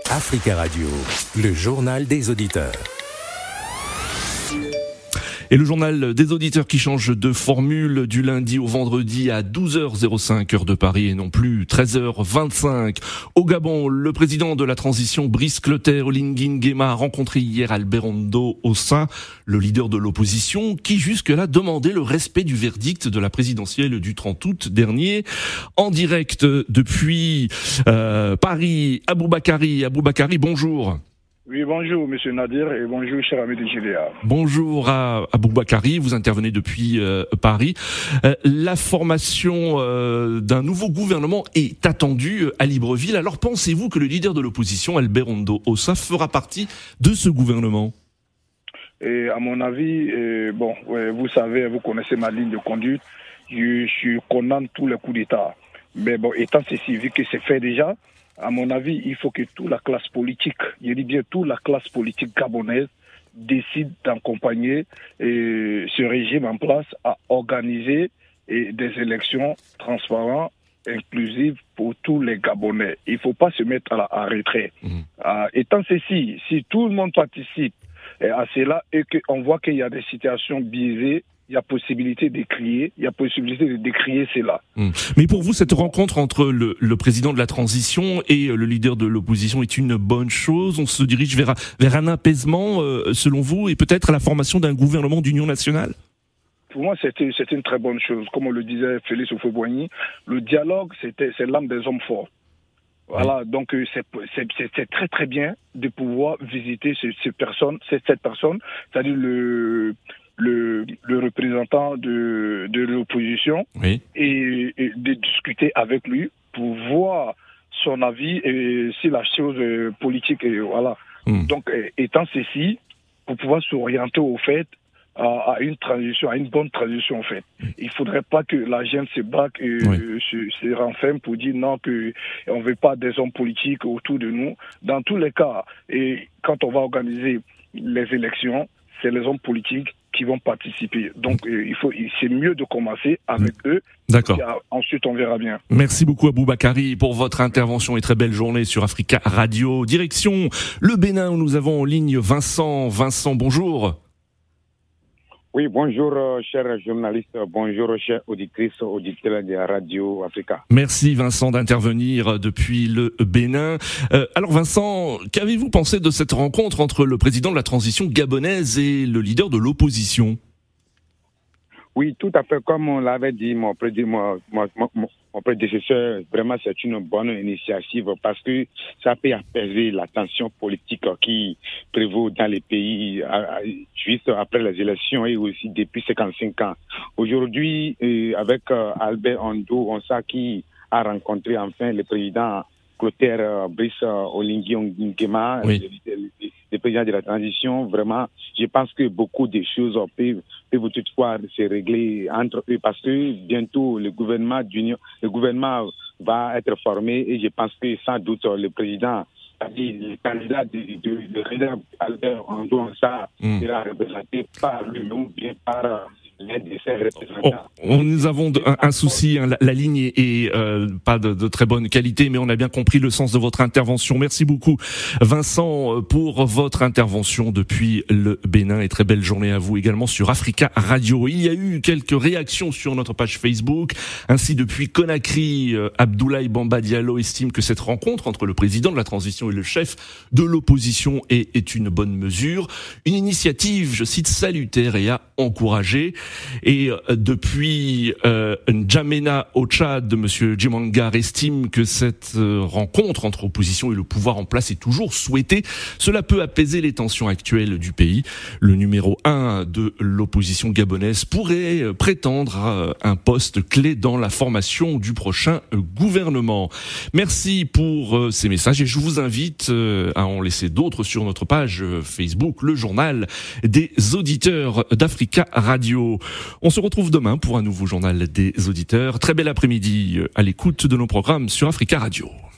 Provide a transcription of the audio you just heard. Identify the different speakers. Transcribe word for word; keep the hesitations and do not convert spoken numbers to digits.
Speaker 1: Africa Radio, le journal des auditeurs.
Speaker 2: Et le journal des auditeurs qui change de formule du lundi au vendredi à douze heures cinq heure de Paris et non plus treize heures vingt-cinq. Au Gabon, le président de la transition Brice Clotaire Oligui Nguema a rencontré hier Alberondo Ossa, le leader de l'opposition, qui jusque-là demandait le respect du verdict de la présidentielle du trente août dernier. En direct depuis euh, Paris, Aboubakari. Aboubakari, bonjour.
Speaker 3: Oui, bonjour, monsieur Nadir, et bonjour, cher ami de G D A.
Speaker 2: Bonjour à Aboubakari, vous intervenez depuis euh, Paris. Euh, la formation euh, d'un nouveau gouvernement est attendue à Libreville. Alors pensez-vous que le leader de l'opposition, Alberondo Ossa, fera partie de ce gouvernement ?
Speaker 3: Et à mon avis, euh, bon, ouais, vous savez, vous connaissez ma ligne de conduite, je, je condamne tous les coups d'État. Mais bon, étant ceci, vu que c'est fait déjà, à mon avis, il faut que toute la classe politique, je dis bien toute la classe politique gabonaise, décide d'accompagner euh, ce régime en place à organiser et des élections transparentes, inclusives pour tous les Gabonais. Il ne faut pas se mettre à la à retrait. Mmh. Euh, étant ceci, si tout le monde participe à cela et qu'on voit qu'il y a des situations biaisées, il y a possibilité d'écrier, il y a possibilité de décrier cela.
Speaker 2: Mmh. Mais pour vous, cette rencontre entre le, le président de la transition et le leader de l'opposition est une bonne chose ? On se dirige vers, vers un apaisement, euh, selon vous, et peut-être à la formation d'un gouvernement d'union nationale ?
Speaker 3: Pour moi, c'était, c'était une très bonne chose. Comme on le disait Félix Houphouët-Boigny, le dialogue, c'était, c'est l'âme des hommes forts. Voilà, donc c'est, c'est, c'est très très bien de pouvoir visiter ces, ces personnes, cette, cette personne, c'est-à-dire le... Le, le représentant de, de l'opposition, oui. et, et de discuter avec lui pour voir son avis et si la chose politique est, voilà. Mm. Donc, étant ceci, pour pouvoir s'orienter au fait à, à une transition, à une bonne transition en fait. Il ne faudrait pas que la jeune se braque et oui. se, se renferme pour dire non, qu'on ne veut pas des hommes politiques autour de nous. Dans tous les cas, et quand on va organiser les élections, c'est les hommes politiques qui vont participer. Donc, euh, il faut, c'est mieux de commencer avec mmh. eux.
Speaker 2: D'accord.
Speaker 3: Et ensuite, on verra bien.
Speaker 2: Merci beaucoup, Aboubakari, pour votre intervention et très belle journée sur Africa Radio. Direction le Bénin, où nous avons en ligne Vincent. Vincent, bonjour.
Speaker 4: Oui, bonjour, euh, chers journalistes, bonjour, chers auditrices, auditeurs de Radio Africa.
Speaker 2: Merci, Vincent, d'intervenir depuis le Bénin. Euh, alors, Vincent, qu'avez-vous pensé de cette rencontre entre le président de la transition gabonaise et le leader de l'opposition ?
Speaker 4: Oui, tout à fait, comme on l'avait dit, mon, mon, mon, mon, mon prédécesseur, vraiment c'est une bonne initiative parce que ça peut apaiser la tension politique qui prévaut dans les pays juste après les élections et aussi depuis cinquante-cinq ans. Aujourd'hui, euh, avec euh, Alberondo Ossa qui a rencontré enfin le président Clotaire euh, Brice euh, Oligui Nguema, oui. le, le, le président de la transition, vraiment, je pense que beaucoup de choses peuvent, peuvent toutefois se régler entre eux parce que bientôt le gouvernement d'union, le gouvernement va être formé et je pense que sans doute le président, le candidat de, de, de, de Alberondo Ossa mm. sera représenté par lui ou bien par
Speaker 2: Oh, on, nous avons un, un souci, hein, la, la ligne est, est euh, pas de, de très bonne qualité, mais on a bien compris le sens de votre intervention. Merci beaucoup, Vincent, pour votre intervention depuis le Bénin et très belle journée à vous également sur Africa Radio. Il y a eu quelques réactions sur notre page Facebook. Ainsi, depuis Conakry, euh, Abdoulaye Bamba Diallo estime que cette rencontre entre le président de la transition et le chef de l'opposition est, est une bonne mesure. Une initiative, je cite, salutaire et à encourager. Et euh, depuis euh, N'Djamena au Tchad, M. Djimangar estime que cette euh, rencontre entre opposition et le pouvoir en place est toujours souhaitée. Cela peut apaiser les tensions actuelles du pays. Le numéro un de l'opposition gabonaise pourrait euh, prétendre à un poste clé dans la formation du prochain euh, gouvernement. Merci pour euh, ces messages et je vous invite euh, à en laisser d'autres sur notre page euh, Facebook, le journal des auditeurs d'Africa Radio. On se retrouve demain pour un nouveau journal des auditeurs. Très bel après-midi à l'écoute de nos programmes sur Africa Radio.